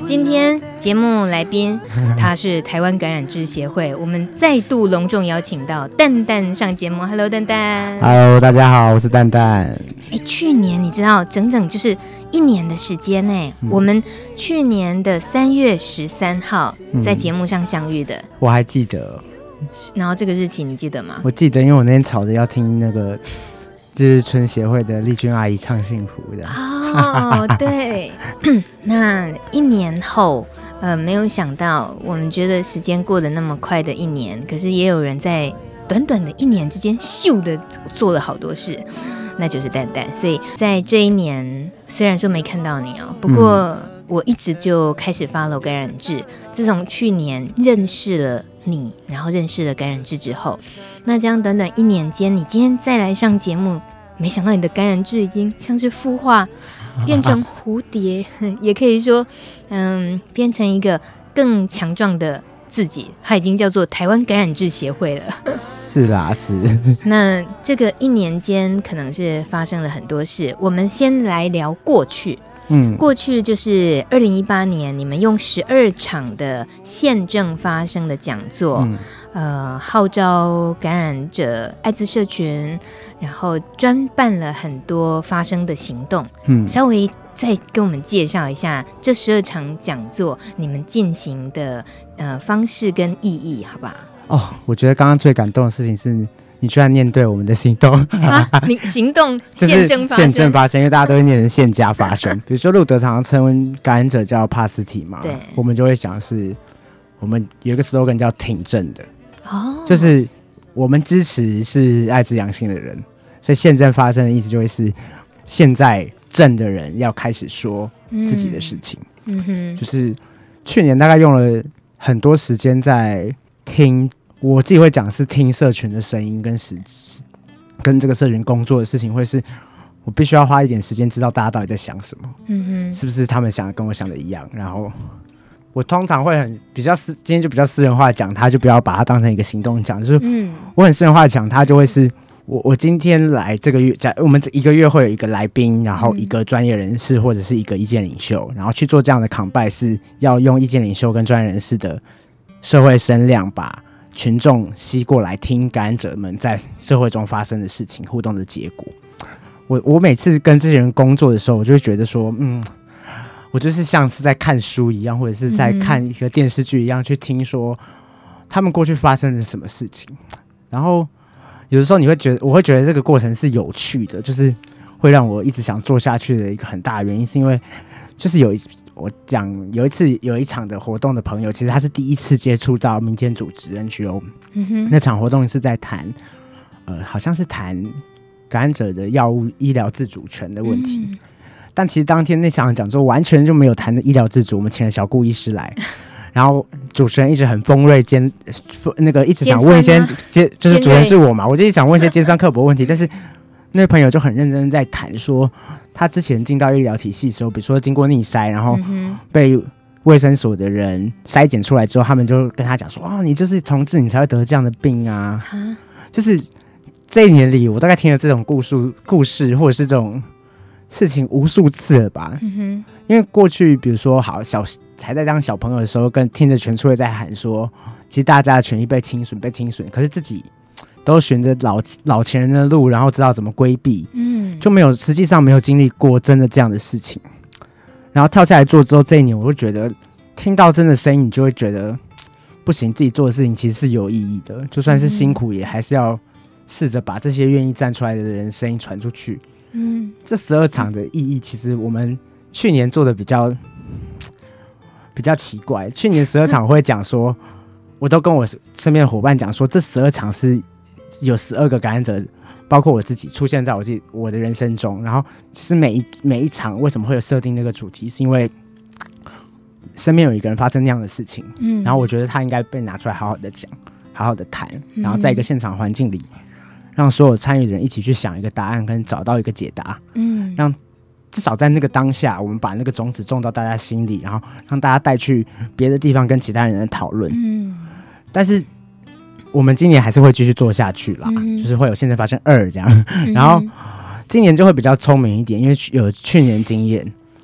今天节目来宾他是台湾感染志协会，我们再度隆重邀请到蛋蛋上节目。 Hello 蛋蛋。 Hello 大家好，我是蛋蛋。 去年你知道整整就是1年的时间呢，我们去年的3月13号在节目上相遇的， 我还记得。 然后这个日期你记得吗？ 我记得，因为我那天吵着要听那个就是春协会的丽君阿姨唱幸福的。 哦，对。那1年后没有想到，我们觉得时间过得那么快的1年，可是也有人在短短的1年之间咻的做了好多事，那就是蛋蛋。所以在这1年虽然说没看到你不过我一直就开始 follow 感染志，自从去年认识了你，然后认识了感染志之后，那这样短短1年间，你今天再来上节目，没想到你的感染志已经像是孵化变成蝴蝶，也可以说变成一个更强壮的自己，它已经叫做台湾感染志协会了。 是啦，是。 那这个1年间可能是发生了很多事，我们先来聊过去。过去就是2018年，你们用12场的县政发生的讲座，号召感染者艾滋社群，然后专办了很多发生的行动。稍微再跟我们介绍一下这12场讲座你们进行的方式跟意义，好吧？ 我觉得刚刚最感动的事情是你居然念对我们的行动你行动宪政发生， 宪政发生，因为大家都会念成宪家发生。比如说路德常常称感染者叫帕斯体嘛，对，我们就会想是我们有一个 slogan 叫挺正的，就是我们支持是艾滋阳性的人，所以宪政发生的意思就会是现在正的人要开始说自己的事情。就是去年大概用了很多时间在听，我自己会讲是听社群的声音跟这个社群工作的事情，会是我必须要花一点时间知道大家到底在想什么，是不是他们想的跟我想的一样。然后我通常会今天就比较私人化讲，他就不要把它当成一个行动讲，就是我很私人化讲，他就会是我今天来这个月，我们1个月会有一个来宾，然后一个专业人士或者是一个意见领袖，然后去做这样的combine，是要用意见领袖跟专业人士的社会声量把群众吸过来听感染者们在社会中发生的事情互动的结果。我每次跟这些人工作的时候，我就会觉得说我就是像是在看书一样，或者是在看一个电视剧一样，去听说他们过去发生了什么事情。然后有的时候我会觉得这个过程是有趣的，就是会让我一直想做下去的一个很大的原因，是因为就是有一场的活动的朋友，其实他是第一次接触到民间组织 NGO，那场活动是在谈好像是谈感染者的药物医疗自主权的问题，但其实当天那场讲座完全就没有谈的医疗自主，我们请了小顾医师来，然后主持人一直很锋锐一直想问一些就是主持人是我嘛，我就一直想问一些尖酸刻薄问题，但是那位朋友就很认真在谈说他之前进到医疗体系的时候，比如说经过逆筛，然后被卫生所的人筛检出来之后，他们就跟他讲说你就是同志，你才会得这样的病啊。就是这1年里我大概听了这种故事或者是这种事情无数次了吧。因为过去比如说还在当小朋友的时候，跟听着全社会在喊说其实大家的权益被侵损，可是自己都循着老前人的路，然后知道怎么规避，就实际上没有经历过真的这样的事情。然后跳下来做之后，这1年我会觉得听到真的声音，你就会觉得不行，自己做的事情其实是有意义的，就算是辛苦也还是要试着把这些愿意站出来的人声音传出去。这12场的意义，其实我们去年做的比较奇怪。去年12场我会讲说，我都跟我身边的伙伴讲说，这12场是有12个感染者，包括我自己出现在我的人生中。然后其实每一场为什么会有设定那个主题，是因为身边有一个人发生那样的事情，然后我觉得他应该被拿出来好好的讲，好好的谈，然后在一个现场环境里，让所有参与的人一起去想一个答案跟找到一个解答，让至少在那个当下，我们把那个种子种到大家心里，然后让大家带去别的地方跟其他人的讨论。但是我们今年还是会继续做下去啦，就是会有现在发生2这样，然后今年就会比较聪明一点，因为有去年经验，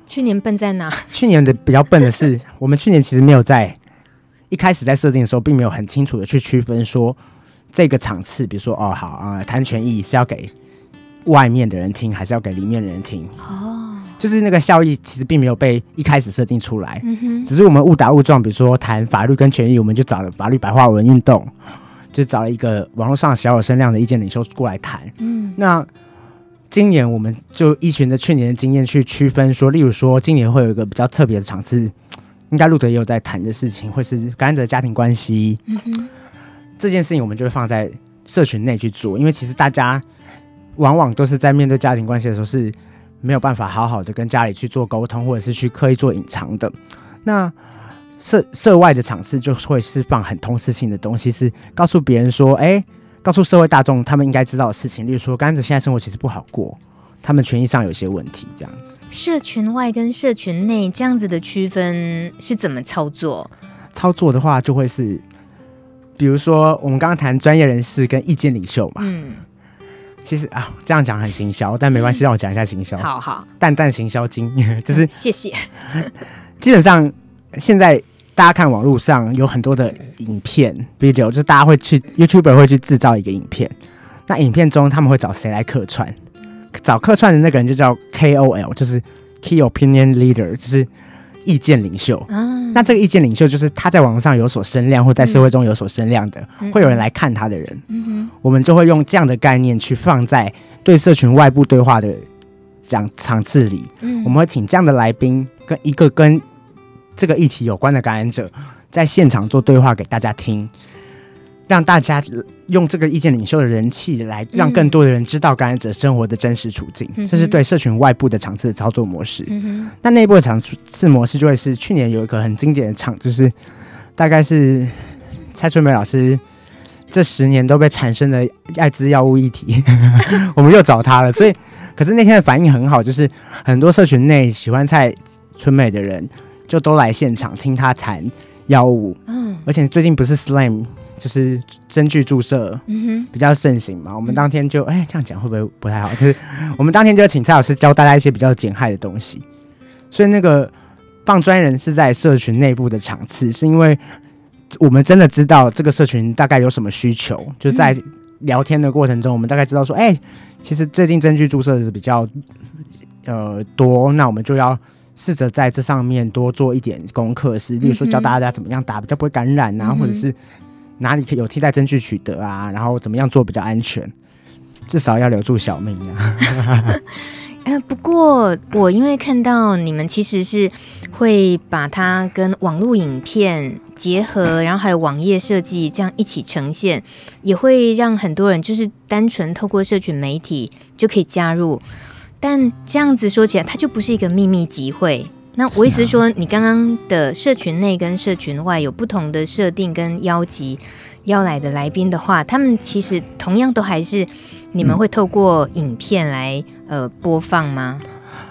去年笨在哪？ 去年的比较笨的是，我们去年其实没有在一开始在设定的时候，并没有很清楚的去区分说这个场次，比如说好啊，谈权益是要给外面的人听，还是要给里面的人听？就是那个效益其实并没有被一开始设定出来，只是我们误打误撞，比如说谈法律跟权益，我们就找了法律白话文运动，就找了一个网络上小有声量的意见领袖过来谈。那今年我们就依循着去年的经验去区分说，例如说今年会有一个比较特别的场次，应该路德也有在谈的事情，会是感染者家庭关系。这件事情我们就会放在社群内去做，因为其实大家往往都是在面对家庭关系的时候是没有办法好好的跟家里去做沟通，或者是去刻意做隐藏的。那社外的场次就会是放很通识性的东西，是告诉别人说，告诉社会大众他们应该知道的事情，例如说感染者现在生活其实不好过，他们权益上有些问题，这样子。 社群外跟社群内这样子的区分是怎么操作？ 操作的话就会是，比如说我们刚刚谈专业人士跟意见领袖嘛，其实这样讲很行销，但没关系，让我讲一下行销。 好， 淡行销经就是谢谢。 基本上现在大家看网络上有很多的影片 video， 就是大家会去 YouTuber 会去制造一个影片，那影片中他们会找谁来客串？找客串的那个人就叫 KOL， 就是 Key Opinion Leader， 就是意见领袖。那这个意见领袖就是他在网络上有所声量，或在社会中有所声量的，会有人来看他的人。我们就会用这样的概念去放在对社群外部对话的场次里。我们会请这样的来宾跟一个跟这个议题有关的感染者在现场做对话给大家听，让大家用这个意见领袖的人气来让更多的人知道感染者生活的真实处境。这是对社群外部的场次的操作模式。那内部的场次模式就会是去年有一个很经典的场，就是大概是蔡春梅老师这10年都被产生的艾滋药物议题我们又找他了，所以可是那天的反应很好，就是很多社群内喜欢蔡春美的人就都来现场听他谈药物。而且最近不是 SLAM 就是针具注射比较盛行嘛，我们当天就这样讲会不会不太好，就是我们当天就请蔡老师教大家一些比较减害的东西。所以那个放专业人士在社群内部的场次，是因为我们真的知道这个社群大概有什么需求，就在聊天的过程中我们大概知道说其实最近针具注射是比较多，那我们就要试着在这上面多做一点功课，是例如说教大家怎么样打比较不会感染啊，或者是哪里可以有替代针具取得啊，然后怎么样做比较安全，至少要留住小命啊不过我因为看到你们其实是会把它跟网络影片结合，然后还有网页设计这样一起呈现，也会让很多人就是单纯透过社群媒体就可以加入。但这样子说起来它就不是一个秘密集会。那我意思是说，你刚刚的社群内跟社群外有不同的设定跟邀来的来宾的话，他们其实同样都还是你们会透过影片来播放吗？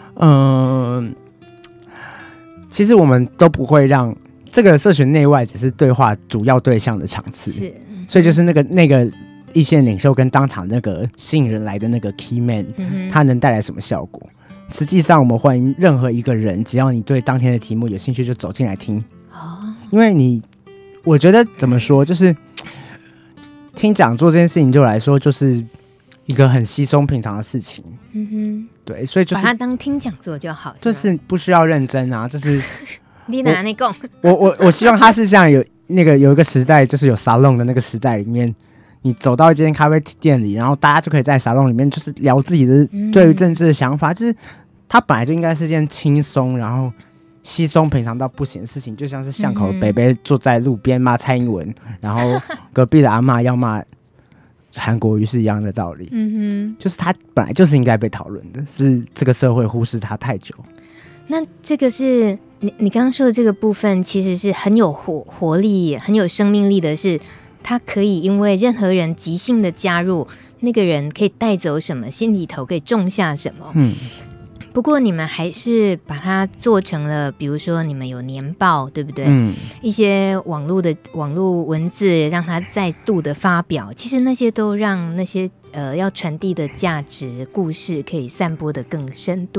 其实我们都不会让这个社群内外只是对话主要对象的场次，是，所以就是那个意见领袖跟当场那个吸引人来的那个 key man，他能带来什么效果？实际上我们欢迎任何一个人，只要你对当天的题目有兴趣就走进来听。因为我觉得怎么说，就是听讲座这件事情对我来说就是一个很稀松平常的事情。对，所以就是把它当听讲座就好， 就是不需要认真啊，就是你哪里讲？ 我希望它是像有一个时代，就是有沙龙的那个时代里面，你走到一间咖啡店里，然后大家就可以在沙龙里面就是聊自己的对于政治的想法，就是它本来就应该是件轻松然后稀松平常到不行的事情，就像是巷口的北北坐在路边骂蔡英文，然后隔壁的阿嬷要骂韩国瑜是一样的道理。就是它本来就是应该被讨论的，是这个社会忽视它太久。 那这个是你刚刚说的这个部分，其实是很有活力、很有生命力的，是它可以因为任何人即兴的加入，那个人可以带走什么，心里头可以种下什么。不过你们还是把它做成了，比如说你们有年报，对不对？一些网络文字让它再度的发表，其实那些都让那些要传递的价值故事可以散播的更深度。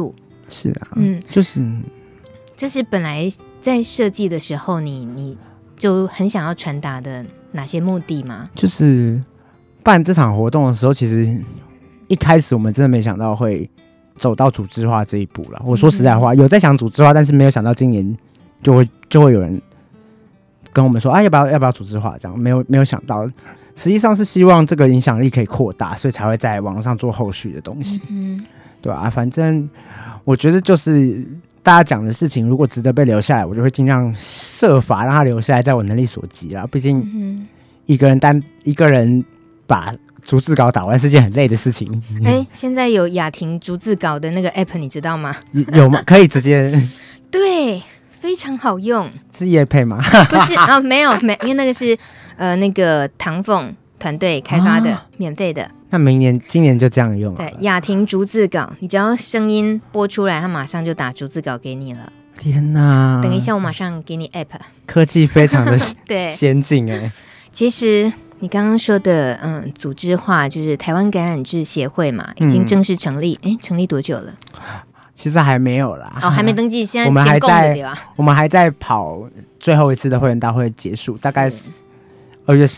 是啊，就是这是本来在设计的时候你就很想要传达的哪些目的吗？ 就是办这场活动的时候，其实一开始我们真的没想到会走到组织化这一步了。我说实在话，有在想组织化，但是没有想到今年就会有人跟我们说，要不要组织化？这样没有想到，实际上是希望这个影响力可以扩大，所以才会在网络上做后续的东西。对啊，反正我觉得就是大家讲的事情，如果值得被留下来，我就会尽量设法让他留下来，在我能力所及啦。毕竟一个人把逐字稿打完是件很累的事情。 现在有雅婷逐字稿的那个 app， 你知道吗？ 有吗？可以直接对，非常好用。 是业配吗？ 不是啊，没有，因为那个是那个唐凤团队开发的，免费的。 那今年就这样用了。 对，雅婷逐字稿，你只要声音播出来，它马上就打逐字稿给你了。 天哪！ 等一下，我马上给你 app。 科技非常的对先进其实你刚刚说的组织化，就是台湾感染志协会嘛，已经正式成立。成立多久了？ 其实还没有啦。 还没登记，现在先供的对吧？ 我们还在跑最后一次的会员大会结束，大概2月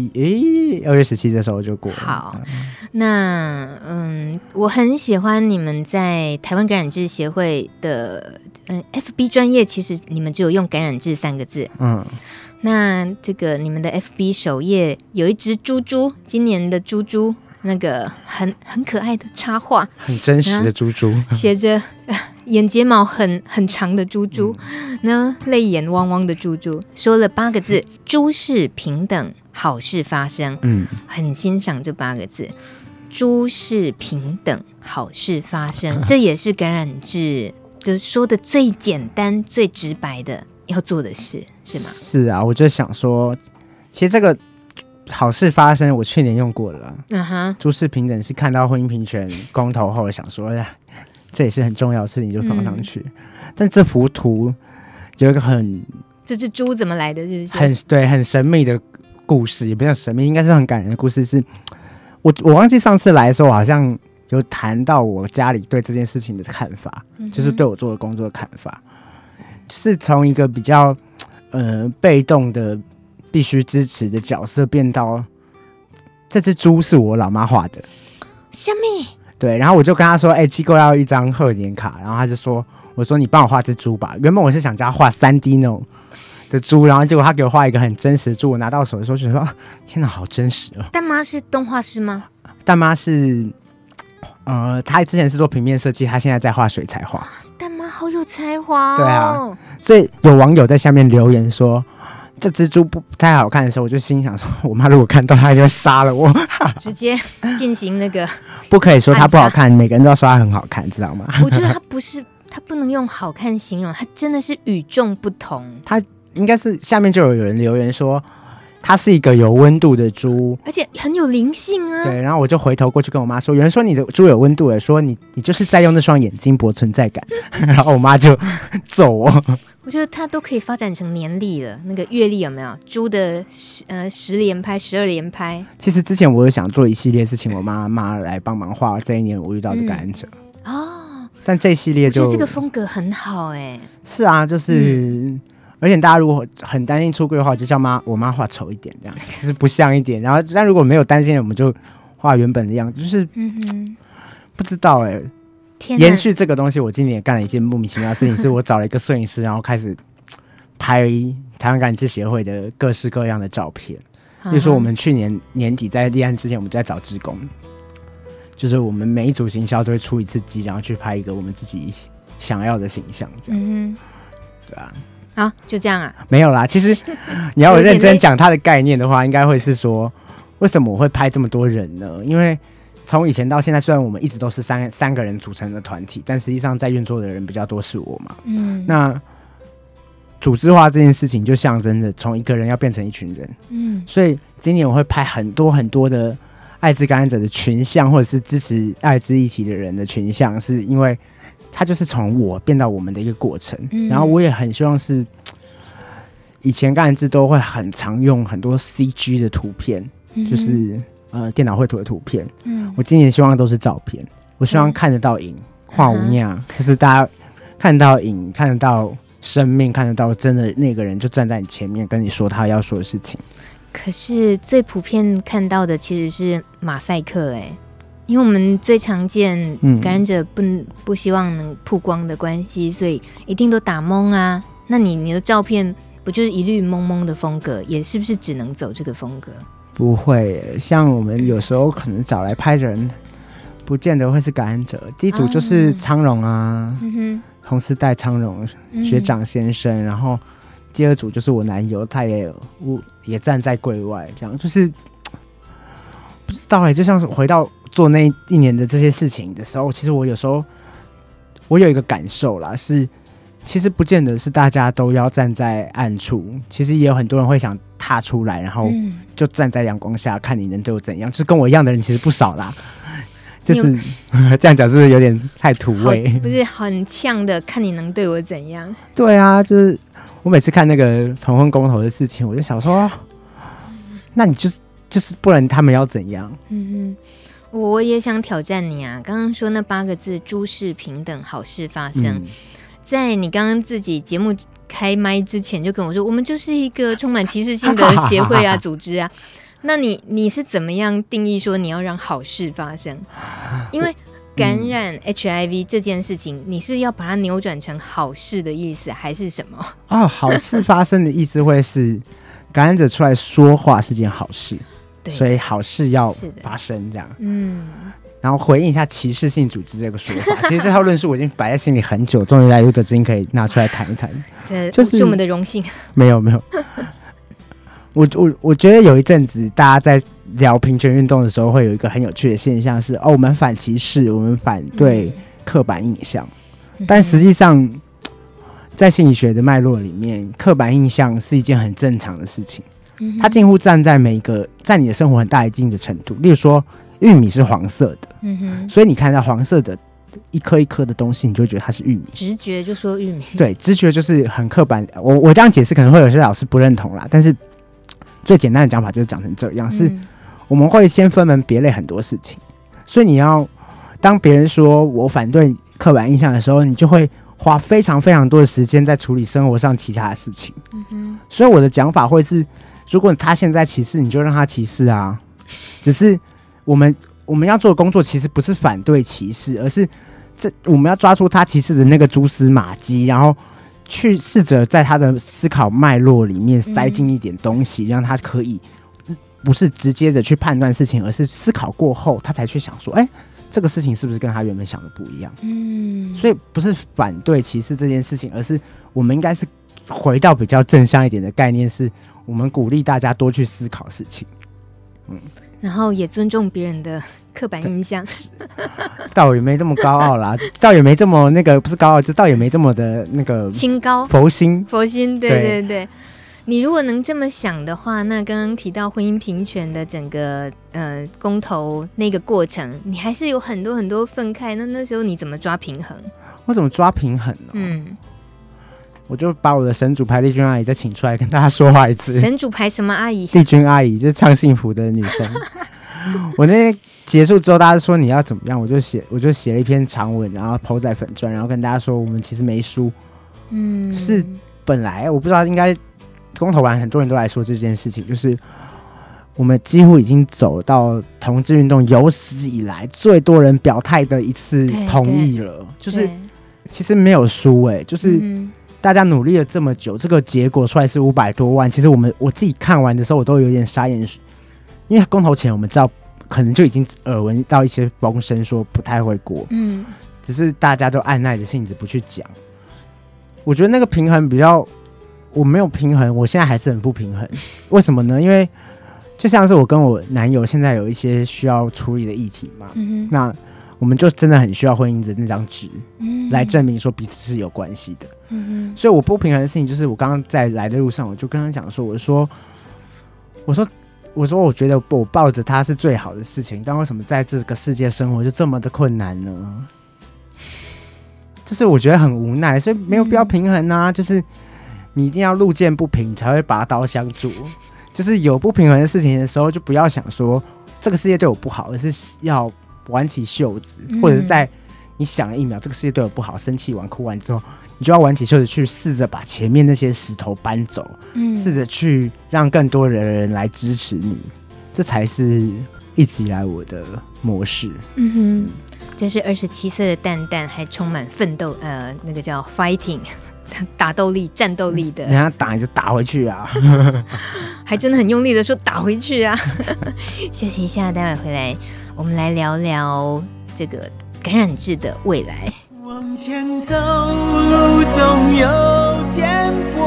17的时候就过了。 好，那我很喜欢你们在台湾感染志协会的FB 专页，其实你们只有用感染志3个字。那这个你们的 FB 首页有一只猪猪，今年的猪猪，那个很可爱的插画， 很真实的猪猪， 写着眼睫毛很长的猪猪，泪眼汪汪的猪猪，说了8个字：诸事平等，好事发生。很欣赏这8个字，诸事平等，好事发生。这也是感染志就说的最简单、最直白的要做的事，是吗？ 是啊，我就想说，其实这个好事发生，我去年用过了。诸事平等是看到婚姻平权公投后想说，这也是很重要的事情，就放上去。但这幅图有一个这只猪怎么来的，是不是？很神秘的故事，也不叫神秘，应该是很感人的故事。是我忘记上次来的时候，我好像有谈到我家里对这件事情的看法，就是对我做的工作的看法，就是从一个比较被动的必须支持的角色，变到这只猪是我老妈画的。 什么？ 对，然后我就跟他说，机构要一张贺年卡，然后他就说，我说你帮我画只猪吧。原本我是想叫他画3D 那种的猪，然后结果他给我画一个很真实的猪，我拿到手的时候就说，天哪，好真实哦。 蛋妈是动画师吗？ 蛋妈是他之前是做平面设计，他现在在画水彩画。 蛋妈好有才华哦。 对啊，所以有网友在下面留言说，这只猪不太好看的时候，我就心想说，我妈如果看到她就会杀了我。 直接进行那个不可以说它不好看，每个人都要说它很好看，知道吗？ 我觉得它不能用好看形容，它真的是与众不同。 它应该是下面就有人留言说，它是一个有温度的猪， 而且很有灵性啊。 对，然后我就回头过去跟我妈说，有人说你的猪有温度，说你就是在用那双眼睛博存在感。然后我妈就揍我。 我觉得它都可以发展成年历了，那个月历有没有？猪的10连拍、12连拍。 其实之前我有想做一系列事情，我妈妈来帮忙画这一年我遇到的感染者。但这一系列就我觉得这个风格很好是啊，就是。而且大家如果很担心出柜的话，就叫我妈画丑一点，这样就是不像一点。然后，但如果没有担心，我们就画原本的样子，就是不知道延续这个东西，我今年也干了一件莫名其妙的事情，是我找了一个摄影师，然后开始拍台湾感染志协会的各式各样的照片。比如说，我们去年年底在立案之前，我们就在找志工，就是我们每一组行销都会出一次机，然后去拍一个我们自己想要的形象，这样。对啊。 就这样啊？ 没有啦，其实你要我认真讲它的概念的话，应该会是说，为什么我会拍这么多人呢？因为从以前到现在，虽然我们一直都是三个人组成的团体，但实际上在运作的人比较多是我嘛。那组织化这件事情就象征着从一个人要变成一群人。所以今年我会拍很多很多的艾滋感染者的群像，或者是支持艾滋议题的人的群像，是因为它就是从我变到我们的一个过程。然后我也很希望是，以前感染志都会很常用很多 CG 的图片，就是电脑绘图的图片。我今年希望都是照片，我希望看得到影， 画无恙，就是大家看到影，看得到生命，看得到真的那个人就站在你前面跟你说他要说的事情。 可是最普遍看到的其实是马赛克因为我们最常见感染者不希望能曝光的关系，所以一定都打蒙啊。那你的照片不就是一律蒙蒙的风格，也是不是只能走这个风格？ 不会，像我们有时候可能找来拍的人不见得会是感染者。第一组就是昌荣啊，红丝带昌荣学长先生，然后第二组就是我男友，他也站在柜外，这样就是不知道就像是回到做那一年的这些事情的时候，其实我有时候我有一个感受啦，是其实不见得是大家都要站在暗处，其实也有很多人会想踏出来，然后就站在阳光下看你能对我怎样，就是跟我一样的人其实不少啦。就是这样讲是不是有点太土味？ 不是很呛的，看你能对我怎样。 对啊，就是我每次看那个同婚公投的事情，我就想说，那你就是不然他们要怎样？ 我也想挑战你啊！刚刚说那8个字：诸事平等，好事发生。在你刚刚自己节目开麦之前就跟我说，我们就是一个充满歧视性的协会啊、组织啊。那你是怎么样定义说你要让好事发生？因为感染 HIV 这件事情，你是要把它扭转成好事的意思，还是什么？ 好事发生的意思会是感染者出来说话是件好事，所以好事要发生这样。然后回应一下歧视性组织这个说法，其实这套论述我已经摆在心里很久，终于来有的资金可以拿出来谈一谈， 这就是我们的荣幸。 没有我觉得有一阵子大家在聊平权运动的时候，会有一个很有趣的现象是，我们反歧视，我们反对刻板印象，但实际上在心理学的脉络里面，刻板印象是一件很正常的事情，它近乎站在每一个在你的生活很大一定的程度。例如说玉米是黄色的，所以你看到黄色的一颗一颗的东西，你就会觉得它是玉米， 直觉就说玉米。 对，直觉就是很刻板。我这样解释可能会有些老师不认同啦，但是最简单的讲法就是讲成这样，是我们会先分门别类很多事情，所以你要当别人说我反对刻板印象的时候，你就会花非常非常多的时间在处理生活上其他的事情。所以我的讲法会是，如果他现在歧视，你就让他歧视啊。只是我们要做的工作其实不是反对歧视，而是我们要抓住他歧视的那个蛛丝马迹，然后去试着在他的思考脉络里面塞进一点东西，让他可以不是直接的去判断事情，而是思考过后他才去想说，这个事情是不是跟他原本想的不一样。所以不是反对歧视这件事情，而是我们应该是回到比较正向一点的概念，是我们鼓励大家多去思考事情， 然后也尊重别人的刻板印象。 倒也没这么高傲啦，倒也没这么那个，不是高傲，就倒也没这么的那个清高佛心。 对。你如果能这么想的话，那刚刚提到婚姻平权的整个公投那个过程，你还是有很多很多愤慨。那时候你怎么抓平衡？ 我怎么抓平衡呢？我就把我的神主牌丽君阿姨再请出来跟大家说话一次。 神主牌什么阿姨？ 丽君阿姨就是唱幸福的女生。我那天结束之后，大家说你要怎么样，我就写了一篇长文，然后 po 在粉专，然后跟大家说我们其实没输。就是本来我不知道，应该公投完很多人都来说这件事情，就是我们几乎已经走到同志运动有史以来最多人表态的一次同意了，就是其实没有输就是大家努力了这么久，这个结果出来是500多万。其实我自己看完的时候，我都有点傻眼，因为公投前我们知道可能就已经耳闻到一些风声说不太会过，只是大家都按耐着性子不去讲。我觉得那个平衡比较，我没有平衡，我现在还是很不平衡。为什么呢？因为就像是我跟我男友现在有一些需要处理的议题嘛，那我们就真的很需要婚姻的那张纸来证明说彼此是有关系的。所以我不平衡的事情就是，我刚刚在来的路上，我就跟他讲说，我说我觉得我抱着他是最好的事情，但为什么在这个世界生活就这么的困难呢？就是我觉得很无奈，所以没有必要平衡啊。就是你一定要路见不平才会拔刀相助，就是有不平衡的事情的时候，就不要想说这个世界对我不好，而是要挽起袖子，或者是在你想了1秒这个世界对我不好，生气完哭完之后，你就要挽起袖子去试着把前面那些石头搬走，试着去让更多的人来支持你，这才是一直以来我的模式。 这是27岁的蛋蛋还充满奋斗那个叫 fighting 打斗力战斗力的， 人家打你就打回去啊还真的很用力的说打回去啊休息一下，待会回来我们来聊聊这个感染质的未来。 往前走，路总有颠簸，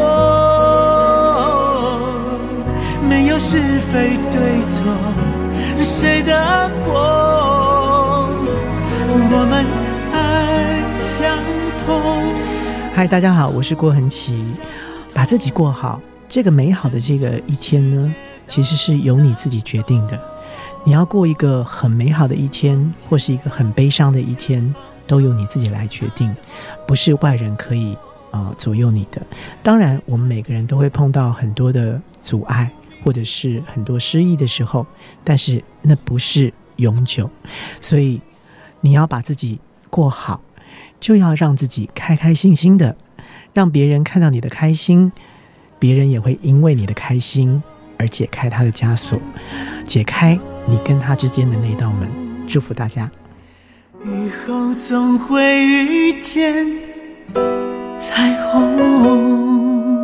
没有是非对错，谁的过，我们爱相同。嗨，大家好，我是郭恒琪。把自己过好，这个美好的这个一天呢，其实是由你自己决定的。你要过一个很美好的一天，或是一个很悲伤的一天，都由你自己来决定，不是外人可以左右你的。当然我们每个人都会碰到很多的阻碍，或者是很多失意的时候，但是那不是永久。所以你要把自己过好，就要让自己开开心心的，让别人看到你的开心，别人也会因为你的开心而解开他的枷锁，解开你跟他之间的那道门。祝福大家。以后总会遇见彩虹。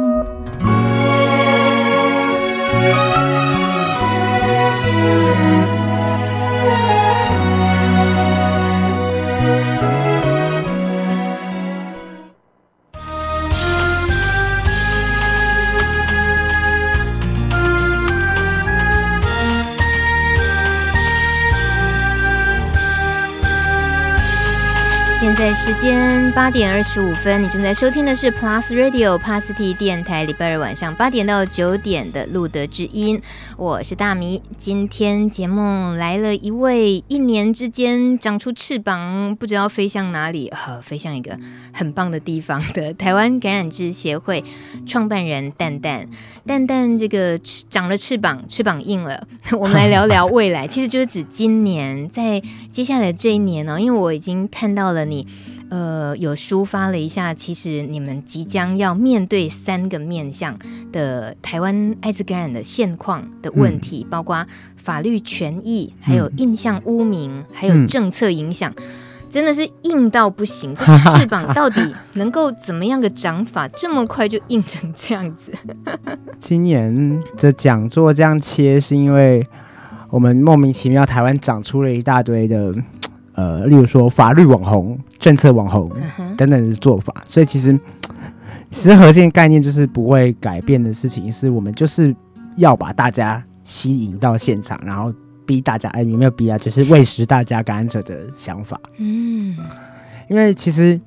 现在时间8点25分，你正在收听的是 Plus Radio 帕斯蒂电台，礼拜2晚上8点到9点的露德之音，我是大米。今天节目来了一位1年之间长出翅膀，不知道飞向哪里，飞向一个很棒的地方的台湾感染质协会创办人蛋蛋。蛋蛋这个长了翅膀，翅膀硬了，我们来聊聊未来。其实就是指今年，在接下来这一年呢，因为我已经看到了你有抒发了一下，其实你们即将要面对3个面向的台湾艾滋感染的现况的问题，包括法律权益，还有印象污名，还有政策影响。真的是硬到不行，这翅膀到底能够怎么样的长法，这么快就硬成这样子今年的讲座这样切，是因为我们莫名其妙台湾长出了一大堆的例如说法律网红、政策网红等等的做法，所以其实核心概念就是不会改变的事情，是我们就是要把大家吸引到现场，然后逼大家，有没有逼啊？就是喂食大家感染者的想法。因为其实，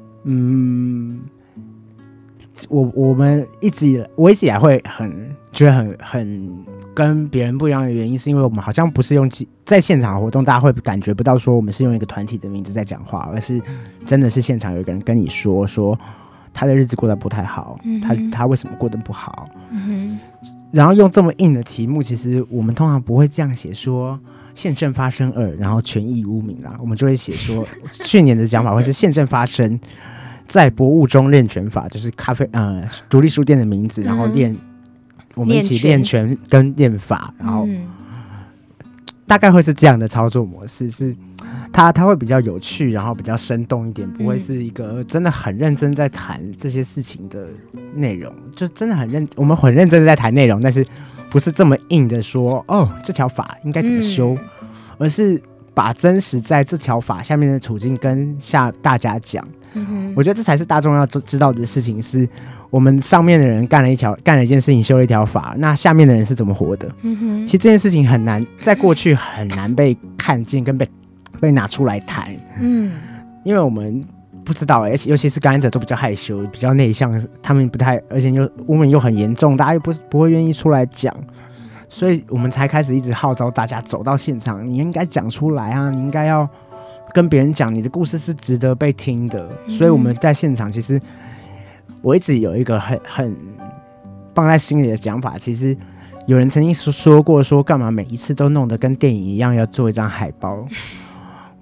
我一直以来会觉得很跟别人不一样的原因，是因为我们好像不是用在现场活动，大家会感觉不到说我们是用一个团体的名字在讲话，而是真的是现场有一个人跟你说他的日子过得不太好，他为什么过得不好，然后用这么硬的题目，其实我们通常不会这样写说宪政发生2，然后权益污名啦，我们就会写说去年的讲法会是宪政发生，在博物中练拳法，就是独立书店的名字，然后我们一起练拳跟练法，然后大概会是这样的操作模式，是它会比较有趣，然后比较生动一点，不会是一个真的很认真在谈这些事情的内容，就真的我们很认真的在谈内容，但是不是这么硬的说这条法应该怎么修，而是把真实在这条法下面的处境跟大家讲。我觉得这才是大众要知道的事情，是我们上面的人干了一件事情，修了一条法，那下面的人是怎么活的。其实这件事情很难，在过去很难被看见跟被拿出来谈。因为我们不知道，而且尤其是感染者都比较害羞，比较内向，他们不太，而且污名又很严重，大家又不会愿意出来讲，所以我们才开始一直号召大家走到现场，你应该讲出来啊，你应该要跟别人讲你的故事是值得被听的。所以我们在现场，其实我一直有一个很放在心里的讲法，其实有人曾经说过，干嘛每一次都弄得跟电影一样要做一张海报。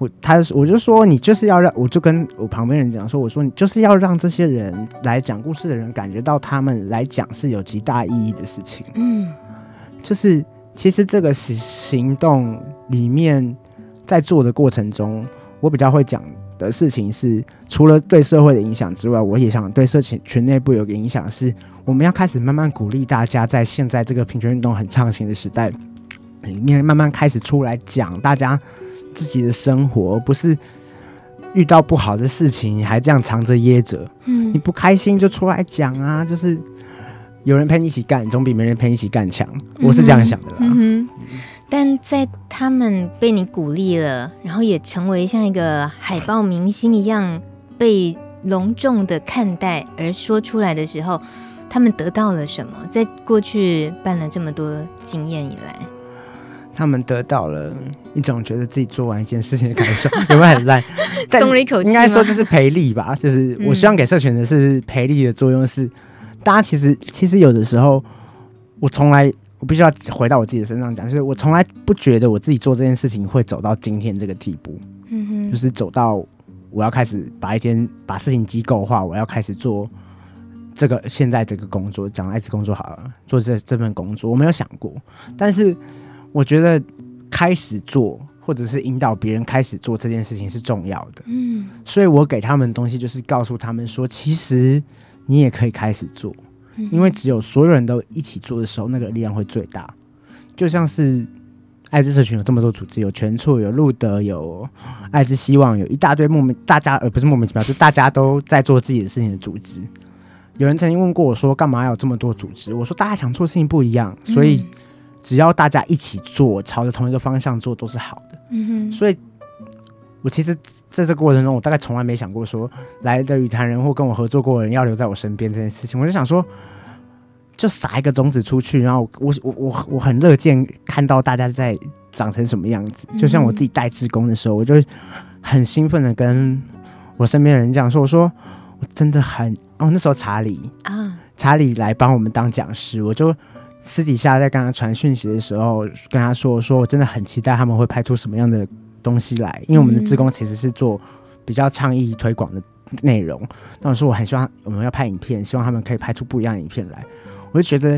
我就说你就是要让，我就跟我旁边人讲说，我说你就是要让这些人来讲故事的人感觉到他们来讲是有极大意义的事情。就是其实这个行动里面在做的过程中，我比较会讲的事情是，除了对社会的影响之外，我也想对社群内部有个影响，是我们要开始慢慢鼓励大家在现在这个平权运动很畅行的时代里面，慢慢开始出来讲大家自己的生活，不是遇到不好的事情你还这样藏着掖着，你不开心就出来讲啊，就是有人陪你一起干总比没人陪你一起干强，我是这样想的啦。 但在他们被你鼓励了，然后也成为像一个海报明星一样被隆重的看待而说出来的时候，他们得到了什么？在过去办了这么多经验以来， 他们得到了一种觉得自己做完一件事情的感受，有没有很烂？ 松了一口气吗？ 应该说这是培力吧，就是我希望给社群的是培力的作用是，大家其实有的时候，我必须要回到我自己的身上讲，就是我从来不觉得我自己做这件事情会走到今天这个地步，就是走到我要开始把事情机构化，我要开始做现在这个工作，讲艾滋工作好了，做这份工作，我没有想过，但是我觉得开始做或者是引导别人开始做这件事情是重要的，所以我给他们的东西就是告诉他们说，其实你也可以开始做，因为只有所有人都一起做的时候，那个力量会最大。就像是艾滋社群有这么多组织，有全促，有路德，有艾滋希望，有一大堆大家不是莫名其妙，就大家都在做自己的事情的组织。有人曾经问过我说，干嘛有这么多组织？我说大家想做的事情不一样，所以只要大家一起做，朝着同一个方向做都是好的。所以我其实在这个过程中，我大概从来没想过说来的语坛人或跟我合作过的人要留在我身边这件事情。我就想说，就撒一个种子出去，然后我很乐见看到大家在长成什么样子。就像我自己带志工的时候，我就很兴奋的跟我身边的人讲说，我说我真的那时候查理来帮我们当讲师，我就私底下在跟他传讯息的时候跟他说我真的很期待他们会拍出什么样的东西来，因为我们的志工其实是做比较倡议推广的内容。那我说我很希望我们要拍影片，希望他们可以拍出不一样的影片来。我就觉得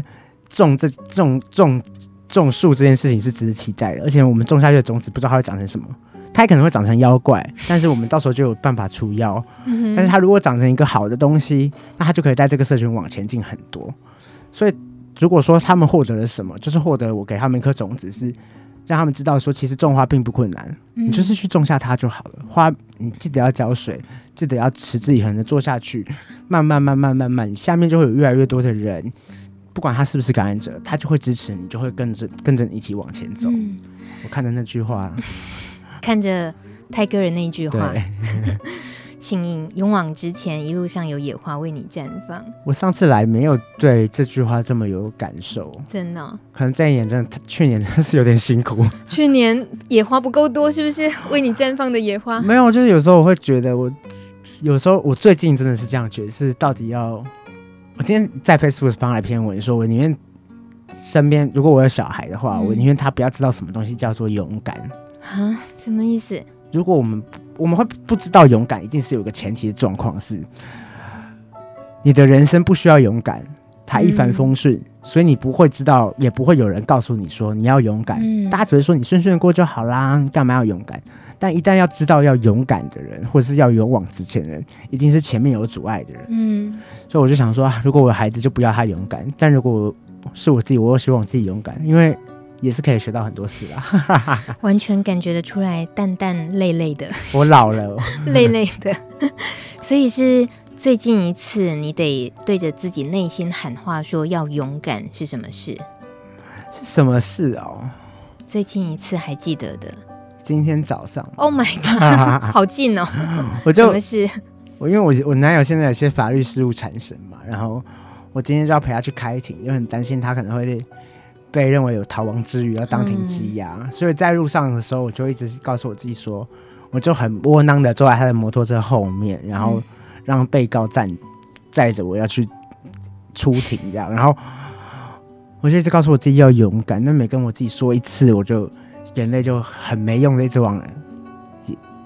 种树这件事情是值得期待的，而且我们种下去的种子不知道它会长成什么，它可能会长成妖怪，但是我们到时候就有办法除妖。但是它如果长成一个好的东西，那它就可以带这个社群往前进很多。所以如果说他们获得了什么，就是获得我给他们一颗种子，是让他们知道说其实种花并不困难，你就是去种下它就好了。花你记得要浇水，记得要持之以恒的做下去，慢慢下面就会有越来越多的人，不管他是不是感染者，他就会支持你，就会跟着你一起往前走。我看着那句话， 看着泰戈尔那句话，请勇往直前，一路上有野花为你绽放。 我上次来没有对这句话这么有感受， 真的可能这一年去年真的是有点辛苦。 去年野花不够多，是不是？为你绽放的野花没有，就是有时候我会觉得有时候我最近真的是这样觉得，是到底要我今天在 Facebook 上来篇文说，我宁愿身边如果我有小孩的话，我宁愿他不要知道什么东西叫做勇敢。 什么意思？ 如果我们会不知道勇敢，一定是有个前提的状况是，你的人生不需要勇敢，它一帆风顺，所以你不会知道，也不会有人告诉你说你要勇敢。大家只会说你顺顺过就好啦，你干嘛要勇敢？但一旦要知道要勇敢的人，或者是要勇往直前的人，一定是前面有阻碍的人。所以我就想说，如果我的孩子就不要他勇敢，但如果是我自己，我又希望我自己勇敢，因为也是可以学到很多事啦。 完全感觉得出来，淡淡累累的。 我老了， 累累的。所以是最近一次，你得对着自己内心喊话，说要勇敢是什么事？ 是什么事哦？ 最近一次还记得的。 今天早上 ，Oh my god， 好近哦！什么事？ 因为我男友现在有些法律事务缠身嘛，然后我今天就要陪他去开庭，又很担心他可能会被认为有逃亡之余要当庭羁押，所以在路上的时候，我就一直告诉我自己说，我就很窝囊的坐在他的摩托车后面，然后让被告载着我要去出庭这样，然后我就一直告诉我自己要勇敢，但每跟我自己说一次，我就眼泪就很没用的一直往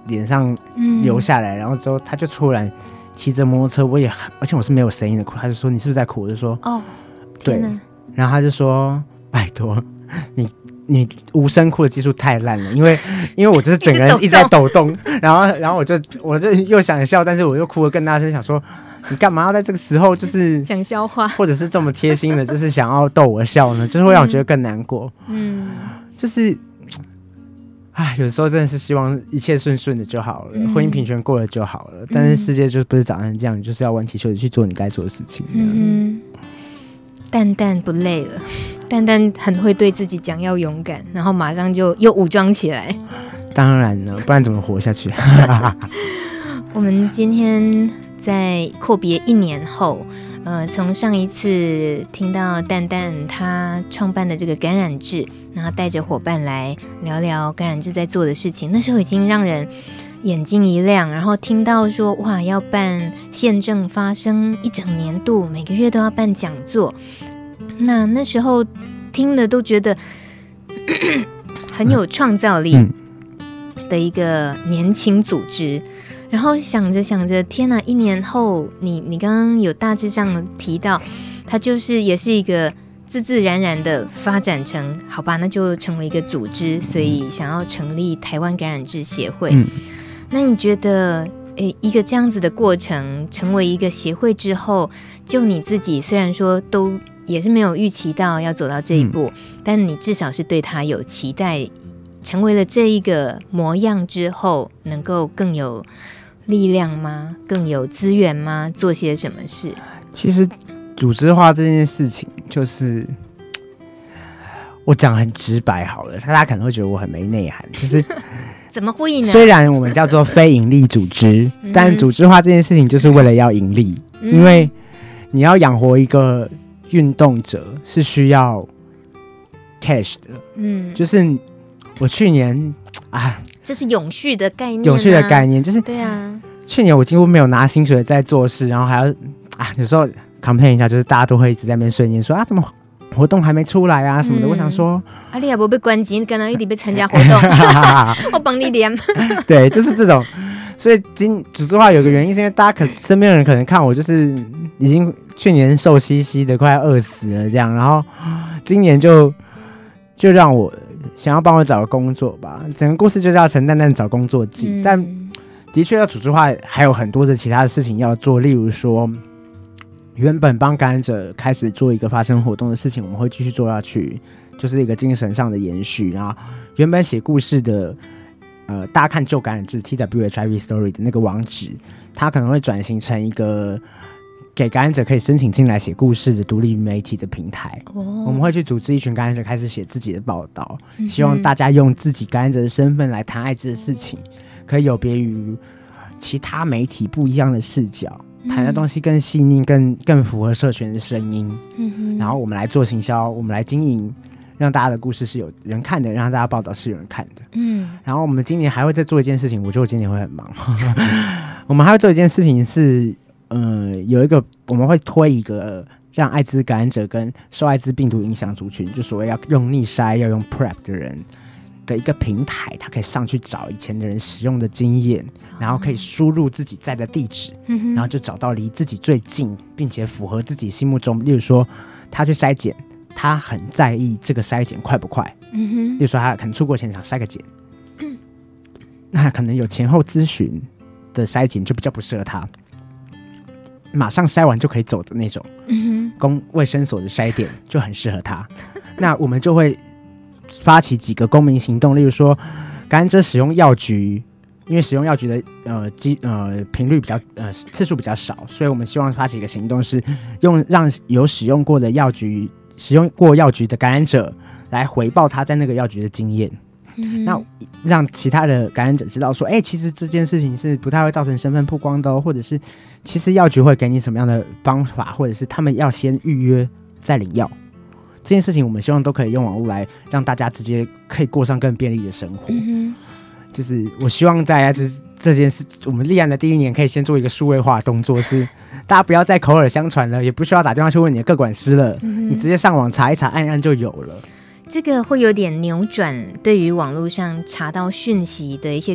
脸上流下来，然后之后他就突然骑着摩托车，而且我是没有声音的哭，他就说你是不是在哭？我就说哦， 对，然后他就说拜托你无声哭的技术太烂了，因为我就是整个人一直在抖动，然后我就又想笑，但是我又哭得更大声，想说你干嘛要在这个时候就是讲笑话， 或者是这么贴心的，就是想要逗我笑呢？就是会让我觉得更难过。就是有时候真的是希望一切顺顺的就好了，婚姻平权过了就好了。但是世界就不是长成这样，你就是要挽起袖子去做你该做的事情。 蛋蛋不累了，蛋蛋很会对自己讲要勇敢，然后马上就又武装起来。 当然了，不然怎么活下去？ 我们今天在阔别1年后，从上一次听到蛋蛋他创办的这个感染志，然后带着伙伴来聊聊感染志在做的事情，那时候已经让人眼睛一亮，然后听到说哇，要办宪政发声1整年度，每个月都要办讲座，那时候听的都觉得很有创造力的一个年轻组织。然后想着天哪，1年后你刚刚有大致上提到它就是也是一个自自然然的发展成好吧，那就成为一个组织，所以想要成立台湾感染志协会。那你觉得一个这样子的过程成为一个协会之后，就你自己虽然说都也是没有预期到要走到这一步，但你至少是对它有期待，成为了这一个模样之后能够更有力量吗？更有资源吗？做些什么事？ 其实组织化这件事情，就是我讲很直白好了，大家可能会觉得我很没内涵，就是怎么呼应呢？ 虽然我们叫做非营利组织，但组织化这件事情就是为了要盈利，因为你要养活一个运动者是需要 cash 的，就是我去年这是永续的概念， 永续的概念就是对啊。 去年我几乎没有拿薪水在做事，然后还要有时候 complain 一下，就是大家都会一直在那边碎念说怎么活动还没出来什么的。我想说你也没被关机，你刚刚一直被参加活动，我帮你连。 对，就是这种。所以组织化有个原因，是因为大家身边的人可能看我就是已经去年瘦兮兮的快要饿死了这样，然后今年就让我想要帮我找个工作吧，整个故事就是要陈蛋蛋找工作记，但的确要组织化还有很多的其他的事情要做，例如说原本帮感染者开始做一个发声活动的事情，我们会继续做下去，就是一个精神上的延续。然后原本写故事的大家看旧感染志 TWHIV Story 的那个网址，它可能会转型成一个给感染者可以申请进来写故事的独立媒体的平台。我们会去组织一群感染者开始写自己的报道，希望大家用自己感染者的身份来谈艾滋的事情，可以有别于其他媒体不一样的视角，谈的东西更细腻，更符合社群的声音。然后我们来做行销，我们来经营，让大家的故事是有人看的，让大家报道是有人看的。然后我们今年还会再做一件事情，我觉得我今年会很忙。我们还会做一件事情是有一个我们会推一个让艾滋感染者跟受艾滋病毒影响族群，就所谓要用逆筛要用 PrEP 的人的一个平台，他可以上去找以前的人使用的经验，然后可以输入自己在的地址，然后就找到离自己最近并且符合自己心目中，例如说他去筛检，他很在意这个筛检快不快，例如说他可能出国前想筛个检，那可能有前后咨询的筛检就比较不适合他，马上筛完就可以走的那种公卫生所的筛点就很适合他。那我们就会发起几个公民行动，例如说感染者使用药局，因为使用药局的频率比较次数比较少，所以我们希望发起一个行动，是让有使用过药局的感染者来回报他在那个药局的经验。那让其他的感染者知道说其实这件事情是不太会造成身份曝光的或者是其实药局会给你什么样的方法，或者是他们要先预约再领药，这件事情我们希望都可以用网络来让大家直接可以过上更便利的生活。就是我希望在这件事我们立案的第1年可以先做一个数位化的动作，是大家不要再口耳相传了，也不需要打电话去问你的个管师了，你直接上网查一查按一按就有了。这个会有点扭转对于网络上查到讯息的一些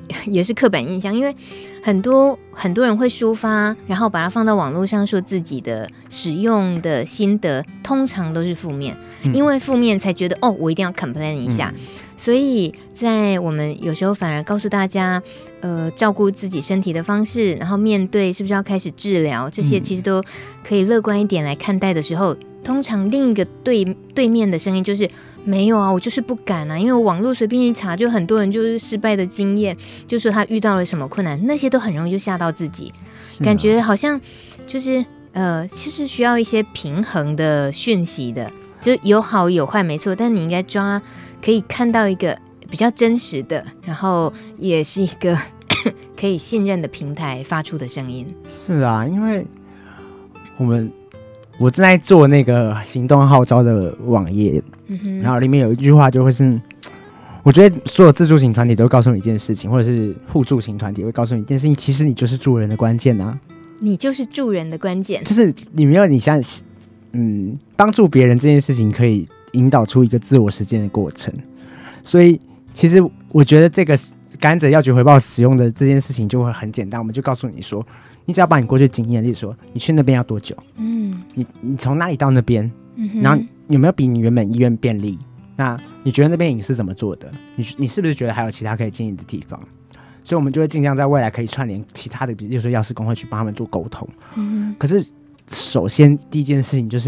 也是刻板印象，因为很多人会抒发，然后把它放到网络上说自己的使用的心得，通常都是负面，因为负面才觉得我一定要 complain 一下。所以在我们有时候反而告诉大家照顾自己身体的方式，然后面对是不是要开始治疗，这些其实都可以乐观一点来看待的时候，通常另一个对面的声音就是没有啊，我就是不敢啊，因为我网络随便一查就很多人就是失败的经验，就说他遇到了什么困难，那些都很容易就吓到自己，感觉好像就是其实需要一些平衡的讯息的，就有好有坏没错，但你应该抓可以看到一个比较真实的，然后也是一个可以信任的平台发出的声音。 是啊，因为我正在做那个行动号召的网页，然后里面有一句话就会是，我觉得所有自助型团体都会告诉你一件事情，或者是互助型团体会告诉你一件事情，其实你就是助人的关键啊， 你就是助人的关键， 就是你没有你像帮助别人这件事情可以引导出一个自我实践的过程，所以其实我觉得这个感染者药局回报使用的这件事情就会很简单，我们就告诉你说，你只要把你过去经验，例如说你去那边要多久，你从哪里到那边，然后有没有比你原本医院便利，那你觉得那边饮食怎么做的，你是不是觉得还有其他可以经营的地方，所以我们就会尽量在未来可以串联其他的，比如说药师工会去帮他们做沟通。可是首先第一件事情就是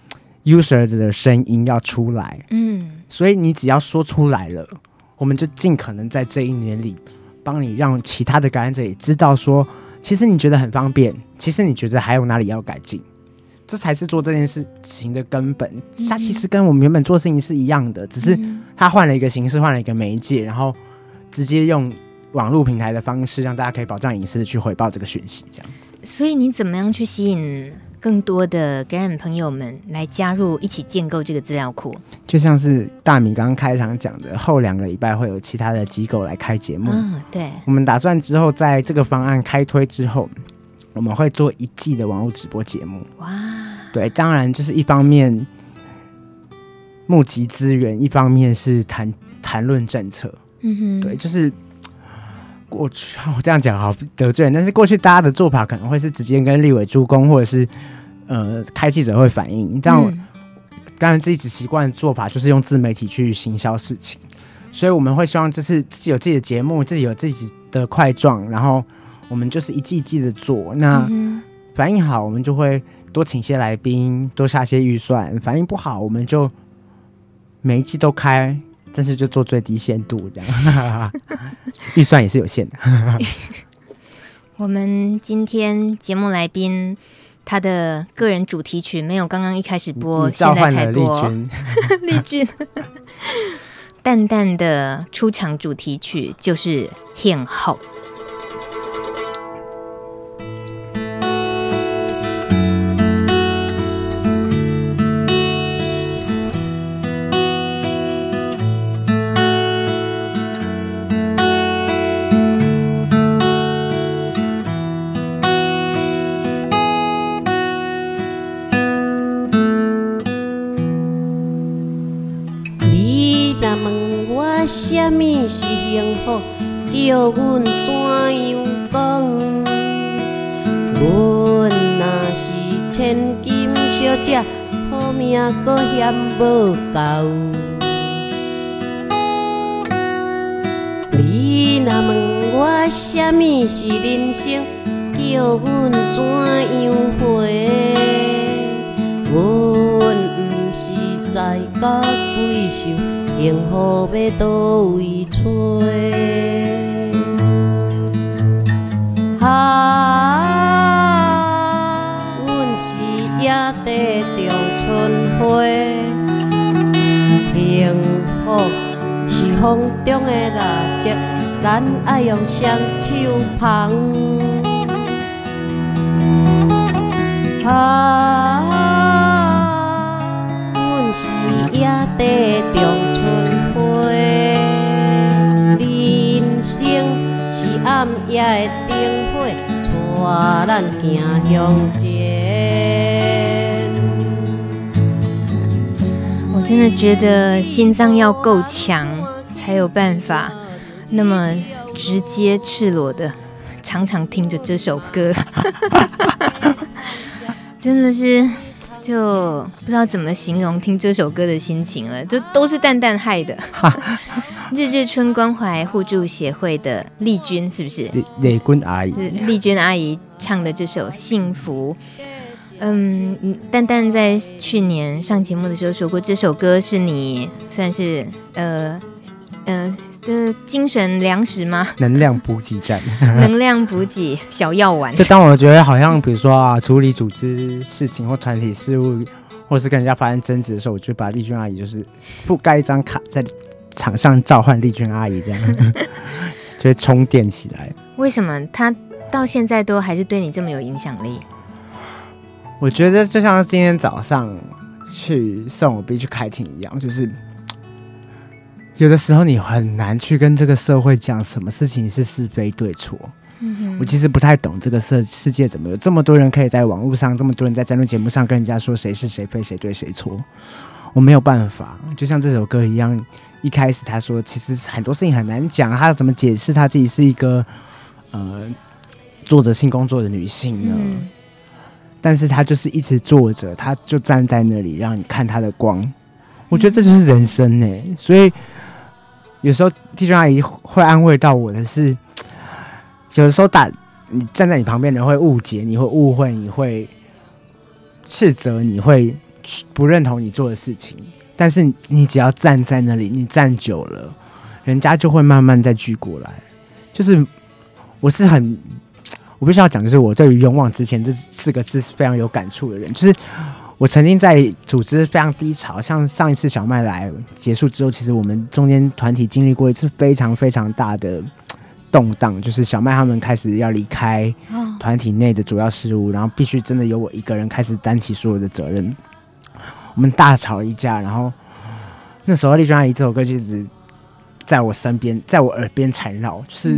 user 的声音要出来，所以你只要说出来了，我们就尽可能在这一年里帮你让其他的感染者也知道说，其实你觉得很方便，其实你觉得还有哪里要改进，这才是做这件事情的根本。它其实跟我们原本做事情是一样的，只是它换了一个形式，换了一个媒介，然后直接用网络平台的方式让大家可以保障隐私的去回报这个讯息，这样子。 所以你怎么样去吸引更多的感染朋友们来加入，一起建构这个资料库？ 就像是大米刚刚开场讲的，后2个礼拜会有其他的机构来开节目。 对， 我们打算之后在这个方案开推之后，我们会做1季的网络直播节目。 哇， 对，当然就是一方面募集资源，一方面是谈论政策。对，就是过去我这样讲好得罪人，但是过去大家的做法可能会是直接跟立委助攻，或者是开记者会反映，但当然自己只习惯的做法就是用自媒体去行销事情，所以我们会希望就是自己有自己的节目，自己有自己的块状，然后我们就是一季一季的做，那反应好我们就会多请些来宾，多下些预算，反应不好我们就每一季都开，但是就做最低限度这样预算也是有限的我们今天节目来宾他的个人主题曲没有刚刚一开始播，现在才播。丽君淡淡的出场主题曲就是《献后》。 什么是幸福？叫阮怎样讲？阮若是千金小姐，好命阁嫌无够。你若问我什么是人生？叫阮怎样回？阮不是在甲鬼想。幸福要倒位找？阮是野地中春花，幸福是风中的蜡烛，咱爱用双手捧。阮是野地中春花，人生是暗夜的灯火，带咱行向前。 我真的觉得心脏要够强，才有办法那么直接赤裸的常常听着这首歌，真的是就不知道怎么形容听这首歌的心情了，就都是蛋蛋害的。日日春关怀互助协会的丽君，是不是？ 丽君阿姨， 丽君阿姨唱的这首《幸福》。蛋蛋在去年上节目的时候说过，这首歌是你算是的精神粮食吗？ 能量补给站， 能量补给小药丸。 就当我觉得好像比如说处理组织事情或团体事务，或是跟人家发生争执的时候，我就把丽君阿姨就是不盖一张卡在场上召唤丽君阿姨，这样就会充电起来。 为什么她到现在都还是对你这么有影响力？ 我觉得就像今天早上去送我弟去开庭一样，就是有的时候你很难去跟这个社会讲什么事情是是非对错。我其实不太懂这个世界怎么有这么多人可以在网络上，这么多人在争论节目上跟人家说谁是谁非谁对谁错，我没有办法。就像这首歌一样，一开始他说其实很多事情很难讲，他怎么解释他自己是一个做着性工作的女性呢？但是他就是一直坐着，他就站在那里让你看他的光。我觉得这就是人生欸。所以有时候弟兄阿姨会安慰到我的是，有的时候你站在你旁边的人会误解，你会误会，你会斥责，你会不认同你做的事情，但是你只要站在那里，你站久了，人家就会慢慢再聚过来。就是我必须要讲，就是我对于勇往直前这4个字是非常有感触的人。就是我曾经在组织非常低潮，像上一次小麦来结束之后，其实我们中间团体经历过一次非常非常大的动荡，就是小麦他们开始要离开团体内的主要事务，然后必须真的由我一个人开始担起所有的责任。我们大吵一架，然后那时候丽君阿姨这首歌就一直在我身边，在我耳边缠绕，就是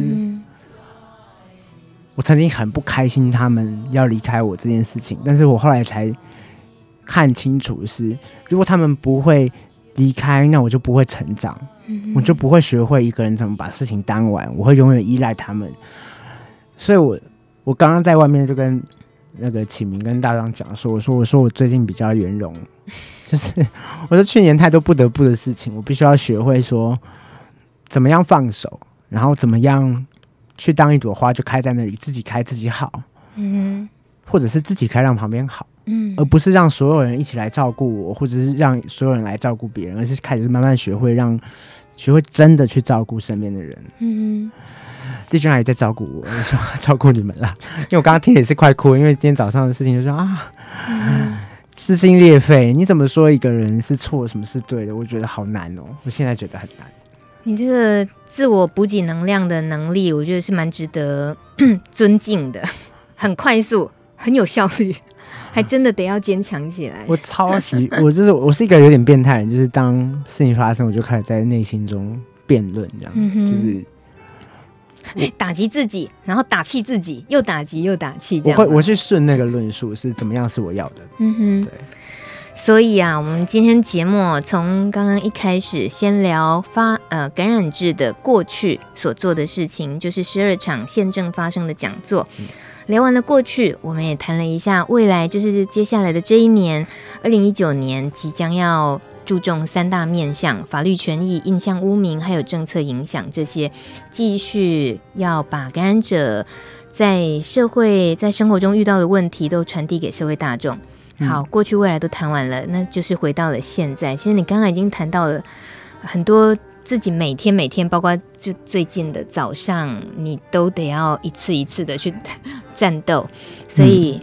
我曾经很不开心他们要离开我这件事情，但是我后来才看清楚是，如果他们不会离开，那我就不会成长，我就不会学会一个人怎么把事情当完，我会永远依赖他们。所以我刚刚在外面就跟那个启明跟大张讲说，我说我最近比较圆融，就是我说去年太多不得不的事情，我必须要学会说怎么样放手，然后怎么样去当一朵花，就开在那里，自己开自己好，或者是自己开让旁边好，而不是让所有人一起来照顾我，或者是让所有人来照顾别人，而是开始慢慢学会真的去照顾身边的人。弟兄还在照顾我，我说照顾你们啦，因为我刚刚听也是快哭，因为今天早上的事情就说撕心裂肺，你怎么说一个人是错，什么是对的？我觉得好难哦，我现在觉得很难。 你这个自我补给能量的能力，我觉得是蛮值得尊敬的，很快速，很有效率，还真的得要坚强起来。 我我是一个有点变态人，就是当事情发生，我就开始在内心中辩论，这样，就是打击自己，然后打气自己，又打击又打气，这样。 我去顺那个论述是怎么样是我要的。对。 所以啊，我们今天节目从刚刚一开始先聊感染制的过去所做的事情，就是12场现正发生的讲座。聊完了过去，我们也谈了一下未来，就是接下来的这一年，2019年即将要注重3大面向：法律权益、印象污名，还有政策影响，这些继续要把感染者在社会、在生活中遇到的问题都传递给社会大众。好，过去未来都谈完了，那就是回到了现在。其实你刚刚已经谈到了很多自己每天，包括就最近的早上，你都得要一次一次的去战斗。所以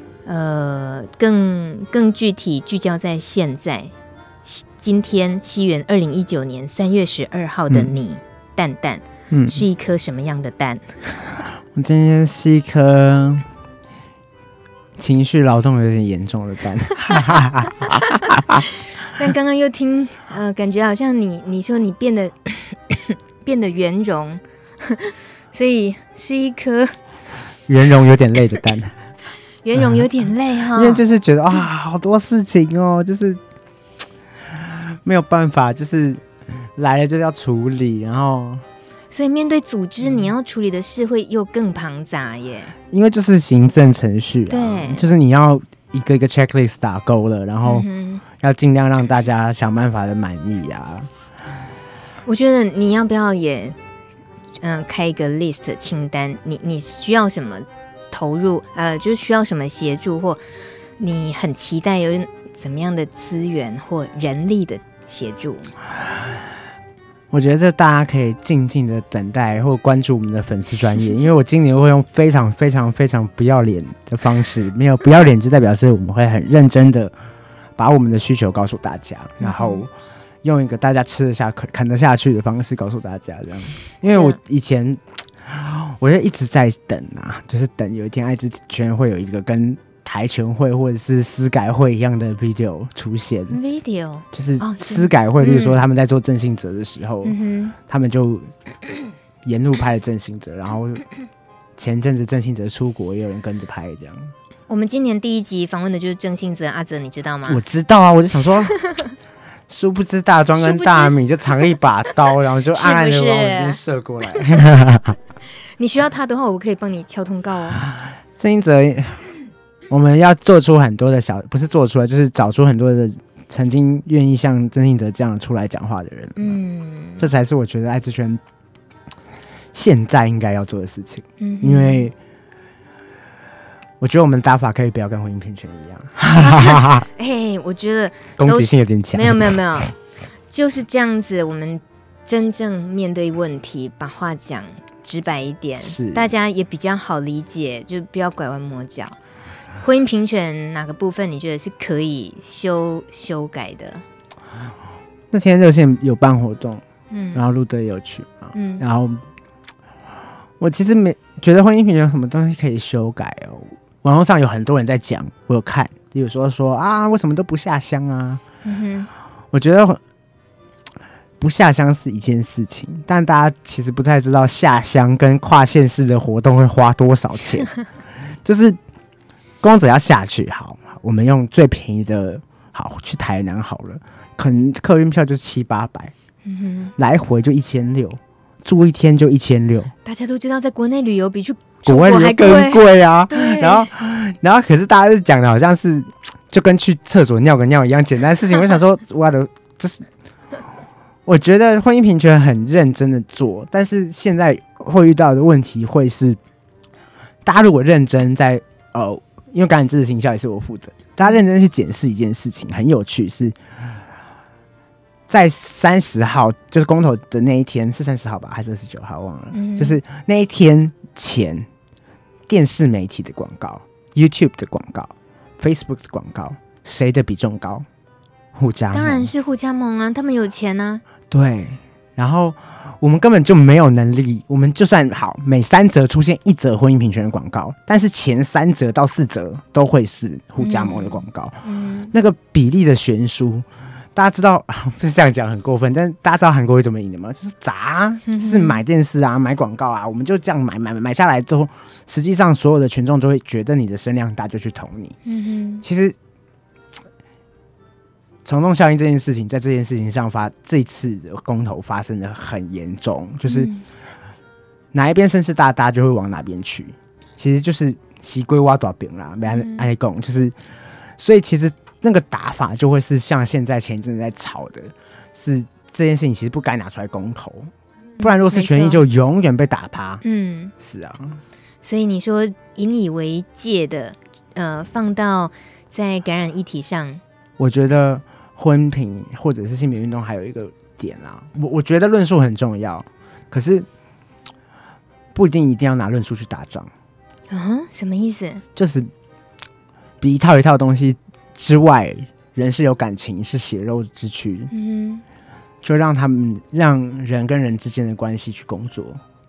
更具体聚焦在现在，今天西元2019年3月12号的你，蛋蛋，是一颗什么样的蛋？ 我今天是一颗情绪劳动有点严重的蛋。 但刚刚又听感觉好像你说你变得圆融，所以是一颗圆融有点累的蛋。 圆融有点累哈， 因为就是觉得好多事情哦，就是没有办法，就是来了就是要处理，然后所以面对组织，你要处理的事会又更庞杂耶。 因为就是行政程序对， 就是你要一个一个 checklist 打勾了，然后要尽量让大家想办法的满意啊。 我觉得你要不要也开一个 list 清单，你需要什么投入，就是需要什么协助，或你很期待有怎么样的资源或人力的协助。 我觉得这大家可以静静的等待或关注我们的粉丝专页，因为我今年会用非常非常非常不要脸的方式，没有不要脸就代表是我们会很认真的把我们的需求告诉大家，然后用一个大家吃得下啃得下去的方式告诉大家这样。因为我以前我就一直在等啊，就是等有一天爱知圈会有一个跟台全会或者是司改会一样的 video 出现。 video 就是司改会，例如说他们在做郑信哲的时候，他们就沿路拍了郑信哲，然后前阵子郑信哲出国，也有人跟着拍这样。 我们今年第一集访问的就是郑信哲阿哲，你知道吗？ 我知道啊，我就想说，殊不知大庄跟大米就藏一把刀，然后就暗暗的往我这边射过来。 你需要他的话，我可以帮你敲通告哦。 郑信哲。我们要做出很多的不是做出来，就是找出很多的曾经愿意像郑信哲这样出来讲话的人。这才是我觉得爱知圈现在应该要做的事情。因为我觉得我们打法可以不要跟婚姻平权一样。 我觉得攻击性有点强。 没有，就是这样子。我们真正面对问题，把话讲直白一点，大家也比较好理解，就不要拐弯抹角。婚姻平权哪个部分你觉得是可以修改的？ 那天热线有办活动，然后路德也有去嘛，然后我其实没觉得婚姻平权有什么东西可以修改哦。网络上有很多人在讲，我有看，比如说啊，为什么都不下乡啊？我觉得不下乡是一件事情，但大家其实不太知道下乡跟跨县市的活动会花多少钱，就是。公者要下去，好，我们用最便宜的，好去台南好了，可能客运票就700-800，来回就1600，住一天就1600。 大家都知道，在国内旅游比去国外旅游更贵啊。然后可是大家就讲的好像是就跟去厕所尿个尿一样简单的事情。我想说，哇的，就是我觉得婚姻平权很认真的做，但是现在会遇到的问题会是，大家如果认真在因为感染支持行销也是我负责，大家认真去检视一件事情，很有趣，是在30号，就是公投的那一天，是30号吧，还是29号忘了？就是那一天前，电视媒体的广告、YouTube 的广告、Facebook 的广告，谁的比重高？互加盟， 当然是互加盟啊，他们有钱啊。 对，然后。我们根本就没有能力，我们就算好每3则出现1则婚姻平权的广告，但是前3则到4则都会是互加盟的广告，那个比例的悬殊，大家知道不是这样讲很过分，但是大家知道韩国会怎么赢的吗？就是砸，就是买电视啊，买广告啊，我们就这样买下来之后，实际上所有的群众就会觉得你的声量大，就去投你。其实。从众效应这件事情，在这件事情上这一次的公投发生的很严重，就是哪一边声势大，大家就会往哪边去。其实就是西龟挖大饼啦，没安讲，就是所以其实那个打法就会是像现在前一阵子在吵的，是这件事情其实不该拿出来公投，不然如果是权益就永远被打趴。是啊。 所以你说引以为戒的，放到在感染议题上，我觉得。婚平或者是性别运动还有一个点啦，我觉得论述很重要，可是不一定一定要拿论述去打仗。 什么意思？ 就是比一套一套东西之外，人是有感情，是血肉之躯。就让人跟人之间的关系去工作。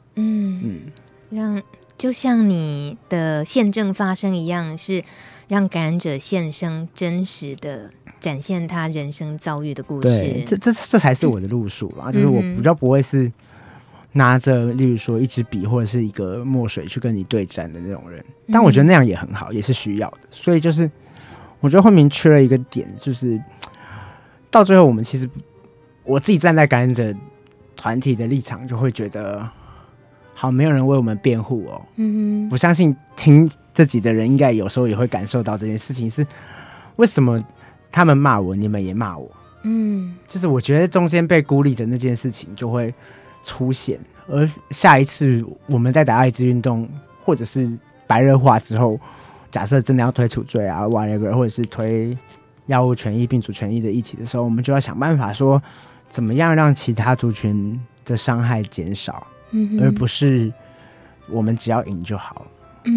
就像你的宪政发生一样，是让感染者现身，真实的展现他人生遭遇的故事。 对，这才是我的路数啦。就是我比较不会是拿着例如说一支笔或者是一个墨水去跟你对战的那种人，但我觉得那样也很好，也是需要的。所以就是我觉得后面缺了一个点，就是到最后我们其实我自己站在感染者团体的立场就会觉得，好，没有人为我们辩护哦。我相信听这集的人应该有时候也会感受到这件事情是为什么他们骂我，你们也骂我。就是我觉得中间被孤立的那件事情就会出现，而下一次我们在打艾滋运动或者是白热化之后，假设真的要推处罪啊 whatever， 或者是推药物权益、病主权益的议题的时候，我们就要想办法说怎么样让其他族群的伤害减少，而不是我们只要赢就好。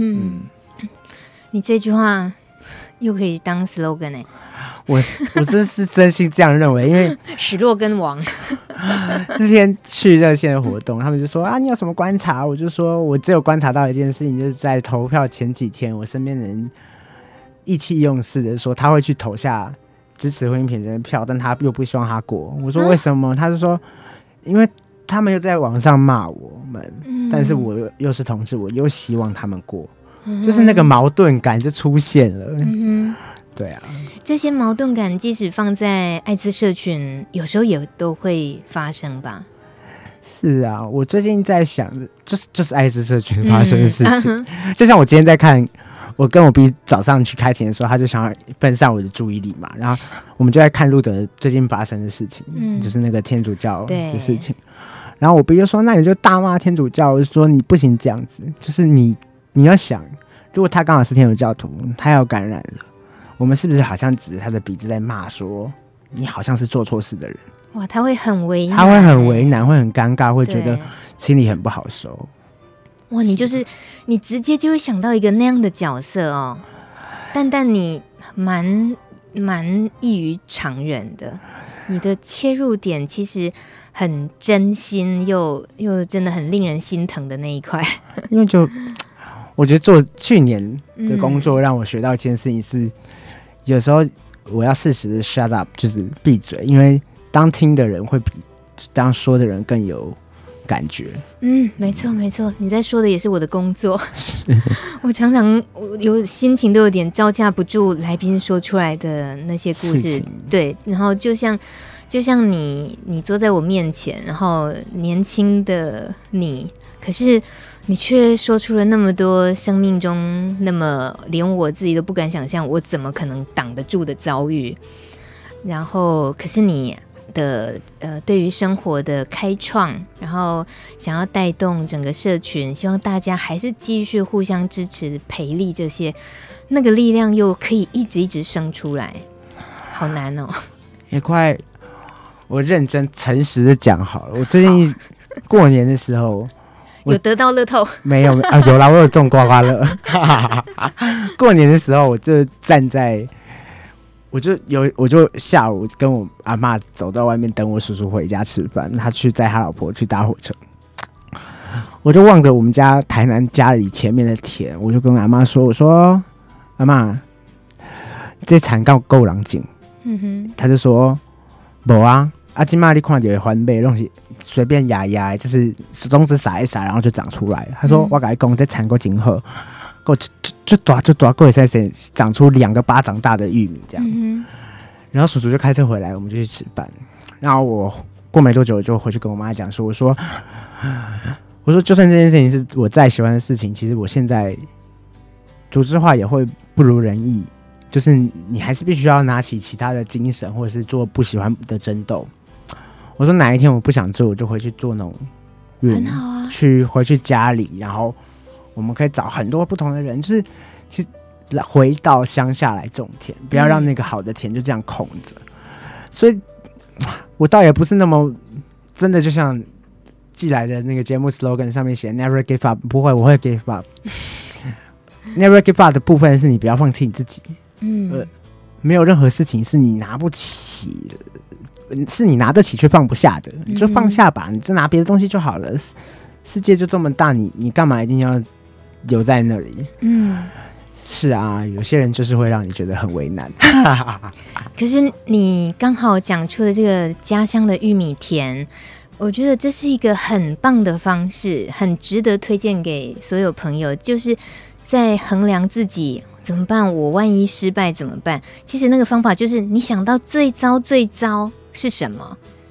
你这句话又可以当 slogan 欸。 我真是真心这样认为，因为史洛根王那天去热线的活动，他们就说啊，你有什么观察？我就说我只有观察到一件事情，就是在投票前几天，我身边的人意气用事的说他会去投下支持婚姻平权的票，但他又不希望他过。我说为什么？他就说因为他们又在网上骂我们，但是我又是同志，我又希望他们过，就是那个矛盾感就出现了。对啊， 这些矛盾感即使放在艾滋社群，有时候也都会发生吧。 是啊，我最近在想就是艾滋社群发生的事情。就像我今天在看，我跟我弟早上去开庭的时候，他就想要分散我的注意力嘛，然后我们就在看路德最近发生的事情，就是那个天主教的事情。然后我弟就说那你就大骂天主教，我就说你不行这样子，就是你要想，如果他刚好是天主教徒，他要感染了，我们是不是好像指着他的鼻子在骂说你好像是做错事的人？ 哇，他会很为难， 会很尴尬，会觉得心里很不好受。 哇，你直接就会想到一个那样的角色哦，但你蛮异于常人的，你的切入点其实很真心又真的很令人心疼的那一块。 因为我觉得做去年的工作让我学到一件事情是，有时候我要适时的 shut up， 就是闭嘴，因为当听的人会比当说的人更有感觉。 没错没错，你在说的也是我的工作。我常常有心情都有点招架不住来宾说出来的那些故事，对，然后就像你坐在我面前，然后年轻的你，可是你却说出了那么多生命中那么连我自己都不敢想象我怎么可能挡得住的遭遇，然后可是你的对于生活的开创，然后想要带动整个社群，希望大家还是继续互相支持培力，这些那个力量又可以一直生出来，好难哦。 也快，我认真诚实的讲好了，我最近过年的时候有得到乐透没有啊？有啦，我有中刮刮乐。过年的时候，我就站在，我就下午跟我阿嬷走到外面等我叔叔回家吃饭，他去载他老婆去搭火车，我就望着我们家台南家里前面的田，我就跟阿嬷说：“我说阿嬷，这田够人种。”他就说：“没啊，现在你看到的番麦都是随便压，就是种子撒一撒，然后就长出来。”他说：“我跟你讲，这田够真好。”就大，过才长出2个巴掌大的玉米这样。然后叔叔就开车回来，我们就去吃饭。然后我过没多久就回去跟我妈讲说：“我说，就算这件事情是我再喜欢的事情，其实我现在组织化也会不如人意，就是你还是必须要拿起其他的精神，或者是做不喜欢的争斗。我说哪一天我不想做，我就回去做那种很好啊， 回去家里，然后。”我们可以找很多不同的人，就是去回到乡下来种田，不要让那个好的田就这样空着。所以，我倒也不是那么真的，就像寄来的那个节目 slogan 上面写 "Never give up"， 不会，我会 give up。Never give up 的部分是你不要放弃你自己。没有任何事情是你拿不起的，是你拿得起却放不下的，你就放下吧，你就拿别的东西就好了。世界就这么大，你干嘛一定要留在那里？是啊，有些人就是会让你觉得很为难。 可是你刚好讲出了这个家乡的玉米田，我觉得这是一个很棒的方式，很值得推荐给所有朋友。就是在衡量自己怎么办，我万一失败怎么办？其实那个方法就是你想到最糟是什么，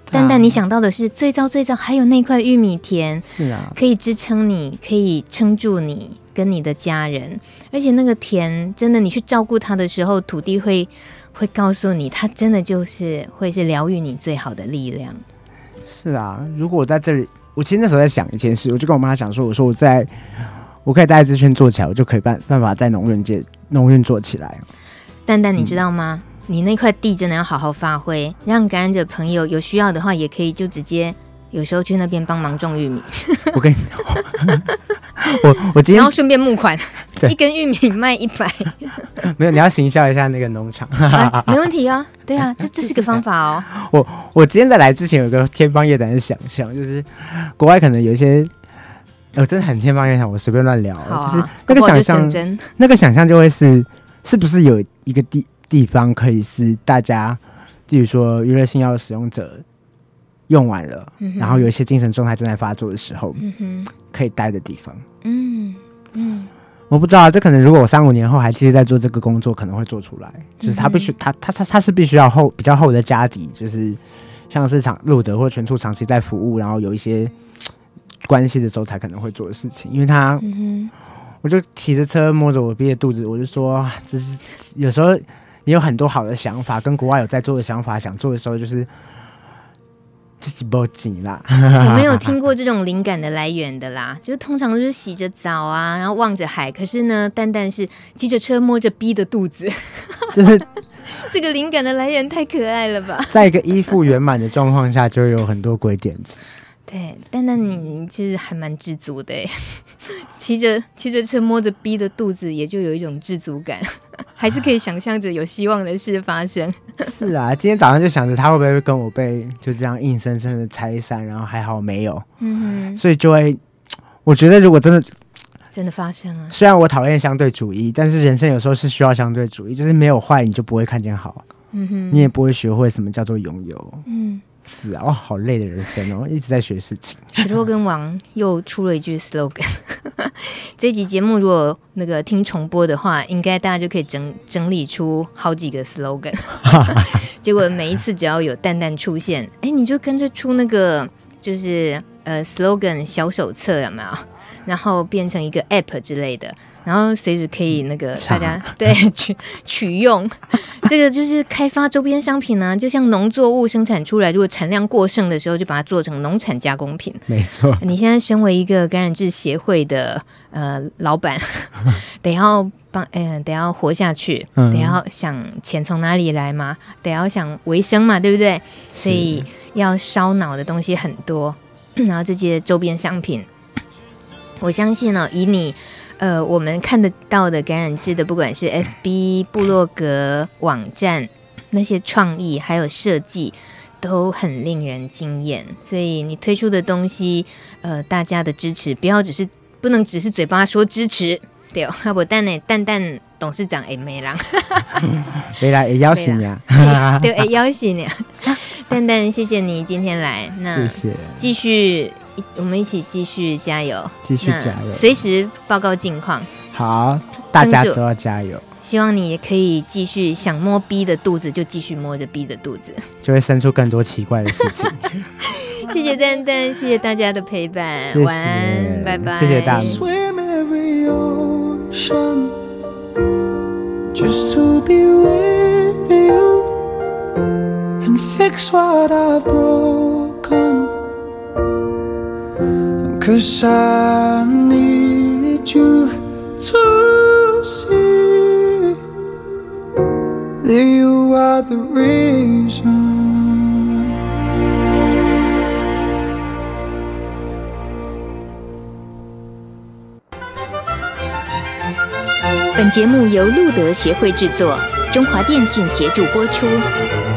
蛋蛋，你想到的是最早还有那块玉米田， 是啊， 可以支撑你，可以撑住你跟你的家人，而且那个田真的，你去照顾它的时候，土地会告诉你，它真的就是会是疗愈你最好的力量。 是啊，如果我在这里，我其实那时候在想一件事，我就跟我妈讲说，我说我可以在资讯做起来，我就可以办法在农运做起来。 蛋蛋，你知道吗？你那块地真的要好好发挥，让感染者朋友有需要的话，也可以就直接有时候去那边帮忙种玉米。 我跟你我今天然后顺便募款，一根玉米卖100。 没有，你要行销一下那个农场。 没问题啊，对啊，这是个方法哦。 我今天在来之前有个天方夜谭的想象，就是国外可能有一些，我真的很天方夜谭，我随便乱聊，就是那个想象就会是不是有一个地方可以是大家，比如说娱乐性药使用者用完了，然后有一些精神状态正在发作的时候，可以待的地方。我不知道，这可能如果我3-5年后还继续在做这个工作，可能会做出来。就是他必须，他是必须要比较厚的家底，就是像是路德或全处长期在服务，然后有一些关系的时候才可能会做的事情。因为他，我就骑着车摸着我憋的肚子，我就说，这是有时候你有很多好的想法，跟国外有在做的想法，想做的时候就是不紧啦。 有没有听过这种灵感的来源的啦？就是通常都是洗着澡啊，然后望着海。可是呢，蛋蛋是骑着车摸着 B 的肚子， 就是这个灵感的来源太可爱了吧？ 在一个依附圆满的状况下，就会有很多鬼点子。 对，蛋蛋你其实还蛮知足的耶，骑着车摸着 B 的肚子，也就有一种知足感，还是可以想象着有希望的事发生。 是啊，今天早上就想着他会不会跟我被就这样硬生生的拆散，然后还好没有，所以就会，我觉得如果真的发生了，虽然我讨厌相对主义，但是人生有时候是需要相对主义，就是没有坏你就不会看见好，你也不会学会什么叫做拥有。是啊，哇，好累的人生哦，一直在学事情。 史洛根王又出了一句 slogan， 这集节目如果那个听重播的话，应该大家就可以整理出好几个 slogan。结果每一次只要有蛋蛋出现，你就干脆出那个就是slogan 小手册有没有？然后变成一个 app 之类的。然后随时可以那个大家对取用，这个就是开发周边商品啊，就像农作物生产出来，如果产量过剩的时候，就把它做成农产加工品。 没错， 你现在身为一个感染志协会的老板，得要活下去，得要想钱从哪里来嘛，得要想维生嘛，对不对？所以要烧脑的东西很多，然后这些周边商品，我相信以你。我们看得到的感染志的，不管是 FB 部落格网站那些创意还有设计，都很令人惊艳。所以你推出的东西，大家的支持不能只是嘴巴说支持，对哦。要不蛋董事长没人， 没来也邀请你， 对，邀请你。蛋，谢谢你今天来，那继续。我们一起继续加油，随时报告近况。 好，大家都要加油。 希望你也可以继续想摸 B 的肚子，就继续摸着 B 的肚子， 就会生出更多奇怪的事情。 谢谢蛋蛋，谢谢大家的陪伴， 谢谢， 晚安，拜拜。 谢谢大家。 Just to be with you and fix what I've broken.'Cause I need you to see that you are the reason. 本节目由路德协会制作，中华电信协助播出。